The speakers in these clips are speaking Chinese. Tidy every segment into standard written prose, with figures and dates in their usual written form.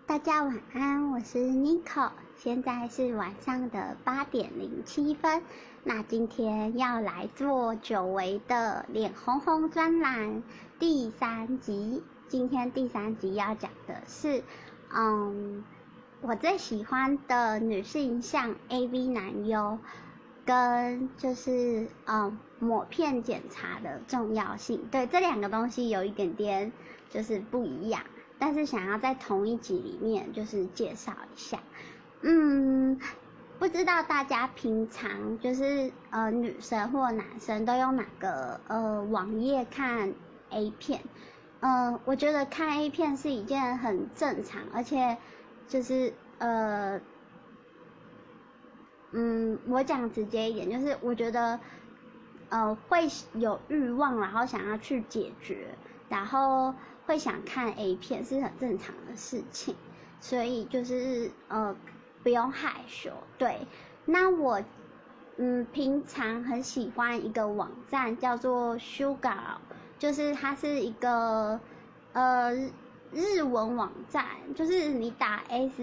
大家晚安，我是 Nico， 现在是晚上的8点07分。那今天要来做久违的脸红红专栏第3集。今天第3集要讲的是，我最喜欢的女性向 AV 男优，跟就是抹片检查的重要性。对，这两个东西有一点点就是不一样。但是想要在同一集里面就是介绍一下，不知道大家平常就是女生或男生都用哪个网页看 A 片？我觉得看 A 片是一件很正常，而且就是我讲直接一点，就是我觉得会有欲望，然后想要去解决，然后会想看 A 片是很正常的事情，所以就是不用害羞。对，那我平常很喜欢一个网站叫做 Sugar， 就是它是一个日文网站，就是你打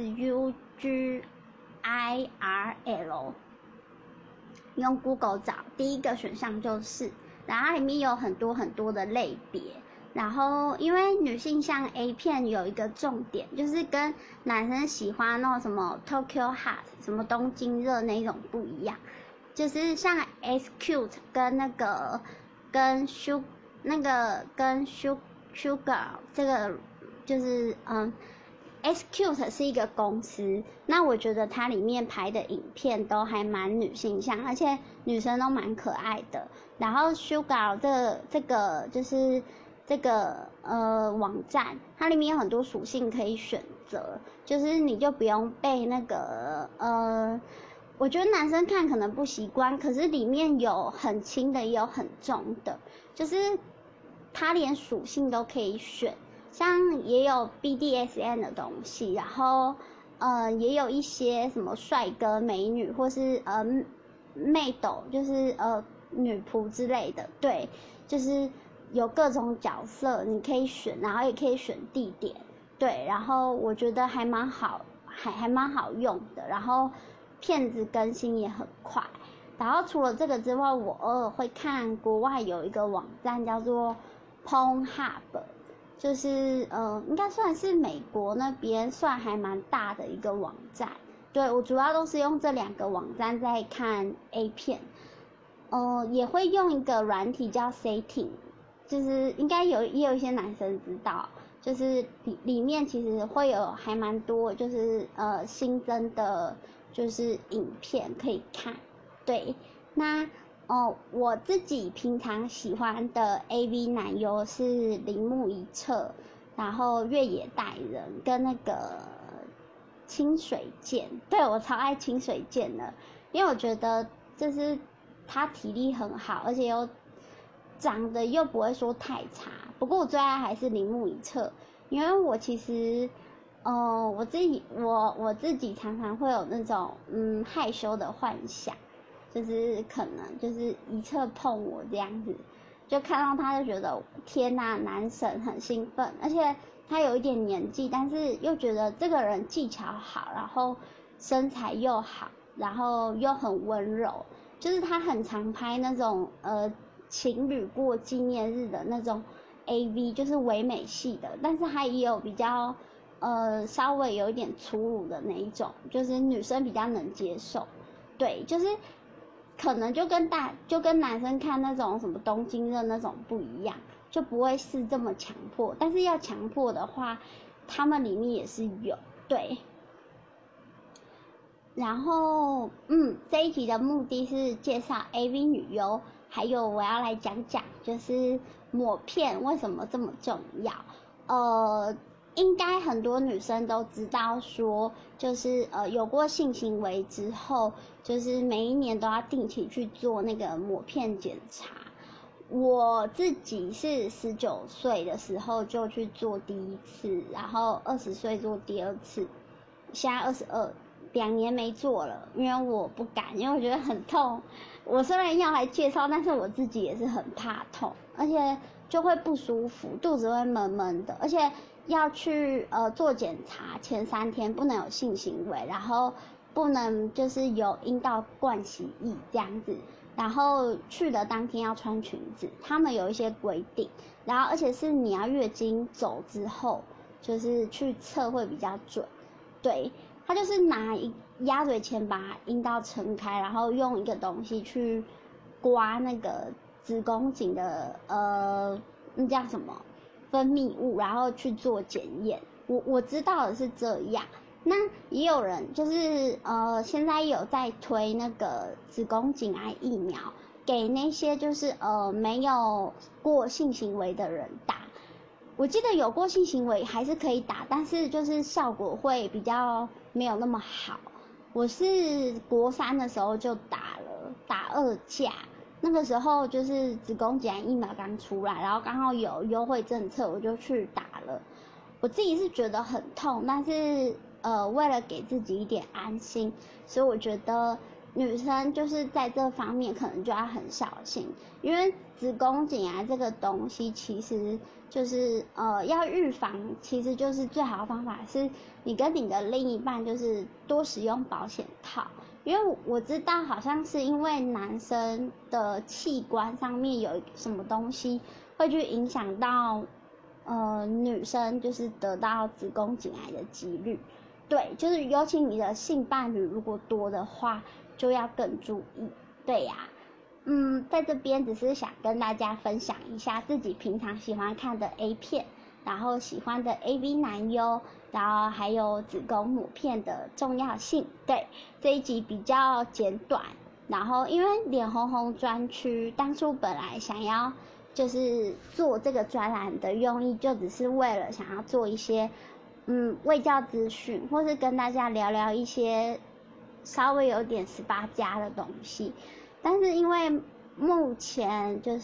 SUGIRL， 用 Google 找，第一个选项就是，然后它里面有很多很多的类别。然后，因为女性向 A 片有一个重点，就是跟男生喜欢那种什么 Tokyo Hot、什么东京热那种不一样，就是像 S-Cute 跟Sugar 这个就是S-Cute 是一个公司，那我觉得它里面拍的影片都还蛮女性向，而且女生都蛮可爱的。然后 Sugar 这个就是这个网站，它里面有很多属性可以选择，就是你就不用被那个我觉得男生看可能不习惯，可是里面有很轻的也有很重的，就是它连属性都可以选，像也有 BDSM 的东西，然后也有一些什么帅哥美女或是妹斗，就是女仆之类的，对，就是有各种角色你可以选，然后也可以选地点，对，然后我觉得还蛮好，还蛮好用的，然后片子更新也很快。然后除了这个之外，我偶尔会看国外有一个网站叫做 Pornhub， 就是应该算是美国那边算还蛮大的一个网站。对，我主要都是用这2个网站在看 A 片，也会用一个软体叫 Setting， 就是应该也有一些男生知道，就是里面其实会有还蛮多就是新增的就是影片可以看。对，那我自己平常喜欢的 AV 男优是铃木一彻，然后月野代人跟那个清水健。对，我超爱清水健的，因为我觉得就是他体力很好，而且又长得又不会说太差。不过我最爱还是铃木一彻，因为我其实我自己常常会有那种害羞的幻想，就是可能就是一侧碰我这样子，就看到他就觉得天哪，男神很兴奋，而且他有一点年纪，但是又觉得这个人技巧好，然后身材又好，然后又很温柔，就是他很常拍那种情侣过纪念日的那种 AV， 就是唯美系的，但是他也有比较稍微有一点粗鲁的那一种，就是女生比较能接受。对，就是可能就跟男生看那种什么东京热那种不一样，就不会是这么强迫，但是要强迫的话，他们里面也是有。对，然后这一集的目的是介绍 AV 女优，还有我要来讲讲就是抹片为什么这么重要。应该很多女生都知道说，就是有过性行为之后，就是每一年都要定期去做那个抹片检查。我自己是19岁的时候就去做第1次，然后20岁做第2次，现在22，2年没做了，因为我不敢，因为我觉得很痛。我虽然要来介绍，但是我自己也是很怕痛，而且就会不舒服，肚子会闷闷的，而且要去做检查前3天不能有性行为，然后不能就是有阴道灌洗液这样子，然后去的当天要穿裙子，他们有一些规定，然后而且是你要月经走之后，就是去测会比较准。对，他就是拿鸭嘴钳把阴道撑开，然后用一个东西去刮那个子宫颈的那叫什么分泌物，然后去做检验。我知道的是这样。那也有人就是现在有在推那个子宫颈癌疫苗，给那些就是没有过性行为的人打。我记得有过性行为还是可以打，但是就是效果会比较没有那么好。我是国3的时候就打2价，那个时候就是子宫颈癌疫苗刚出来，然后刚好有优惠政策，我就去打了。我自己是觉得很痛，但是为了给自己一点安心，所以我觉得女生就是在这方面可能就要很小心，因为子宫颈癌这个东西其实就是要预防，其实就是最好的方法是你跟你的另一半就是多使用保险套，因为我知道好像是因为男生的器官上面有什么东西会去影响到女生就是得到子宫颈癌的几率。对，就是尤其你的性伴侣如果多的话，就要更注意。对呀，在这边只是想跟大家分享一下自己平常喜欢看的 A 片，然后喜欢的 AV 男优，然后还有子宫抹片的重要性。对，这一集比较简短，然后因为脸红红专区当初本来想要就是做这个专栏的用意，就只是为了想要做一些卫教资讯，或是跟大家聊聊一些稍微有点18+的东西，但是因为目前就是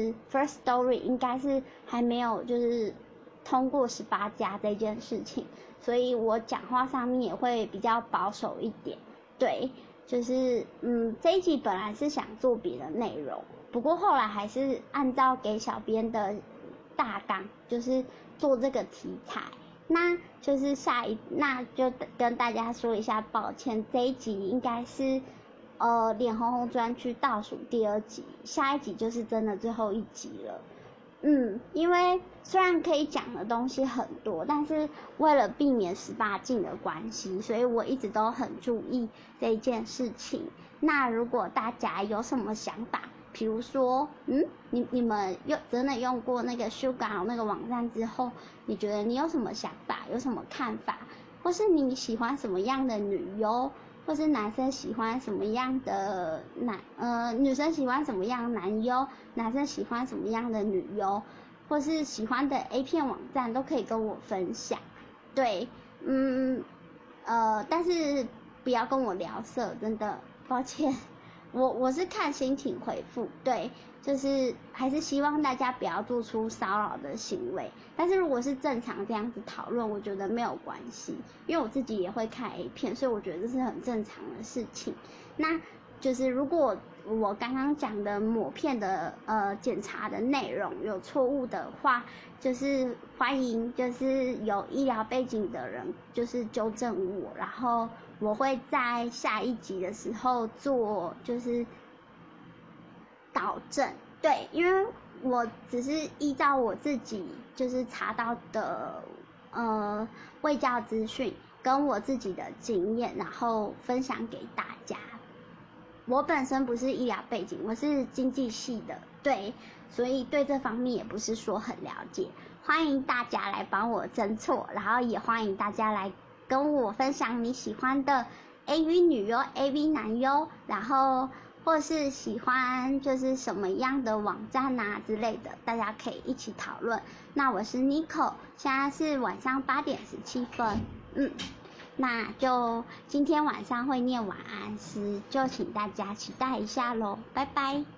Firstory 应该是还没有就是通过18+这件事情，所以我讲话上面也会比较保守一点。对，就是这一集本来是想做别的内容，不过后来还是按照给小编的大纲，就是做这个题材。那就是那就跟大家说一下抱歉，这一集应该是脸红红专区倒数第2集，下一集就是真的最后一集了。因为虽然可以讲的东西很多，但是为了避免18禁的关系，所以我一直都很注意这一件事情。那如果大家有什么想法，比如说你们真的用过那个 Sugar 那个网站之后，你觉得你有什么想法，有什么看法，或是你喜欢什么样的女优，或是男生喜欢什么样的女生喜欢什么样的男优，男生喜欢什么样的女优，或是喜欢的 A 片网站都可以跟我分享。对，但是不要跟我聊色，真的抱歉。我是看心情回复，对，就是还是希望大家不要做出骚扰的行为。但是如果是正常这样子讨论，我觉得没有关系，因为我自己也会看 A 片，所以我觉得这是很正常的事情。那就是如果我刚刚讲的抹片的检查的内容有错误的话，就是欢迎就是有医疗背景的人就是纠正我，然后我会在下一集的时候做就是导正。对，因为我只是依照我自己就是查到的卫教资讯跟我自己的经验，然后分享给大家。我本身不是医疗背景，我是经济系的，对，所以对这方面也不是说很了解。欢迎大家来帮我侦错，然后也欢迎大家来跟我分享你喜欢的 AV 女优、AV 男优，然后或是喜欢就是什么样的网站啊之类的，大家可以一起讨论。那我是 Nico， 现在是晚上8点17分，那就今天晚上会念晚安诗，就请大家期待一下咯，拜拜。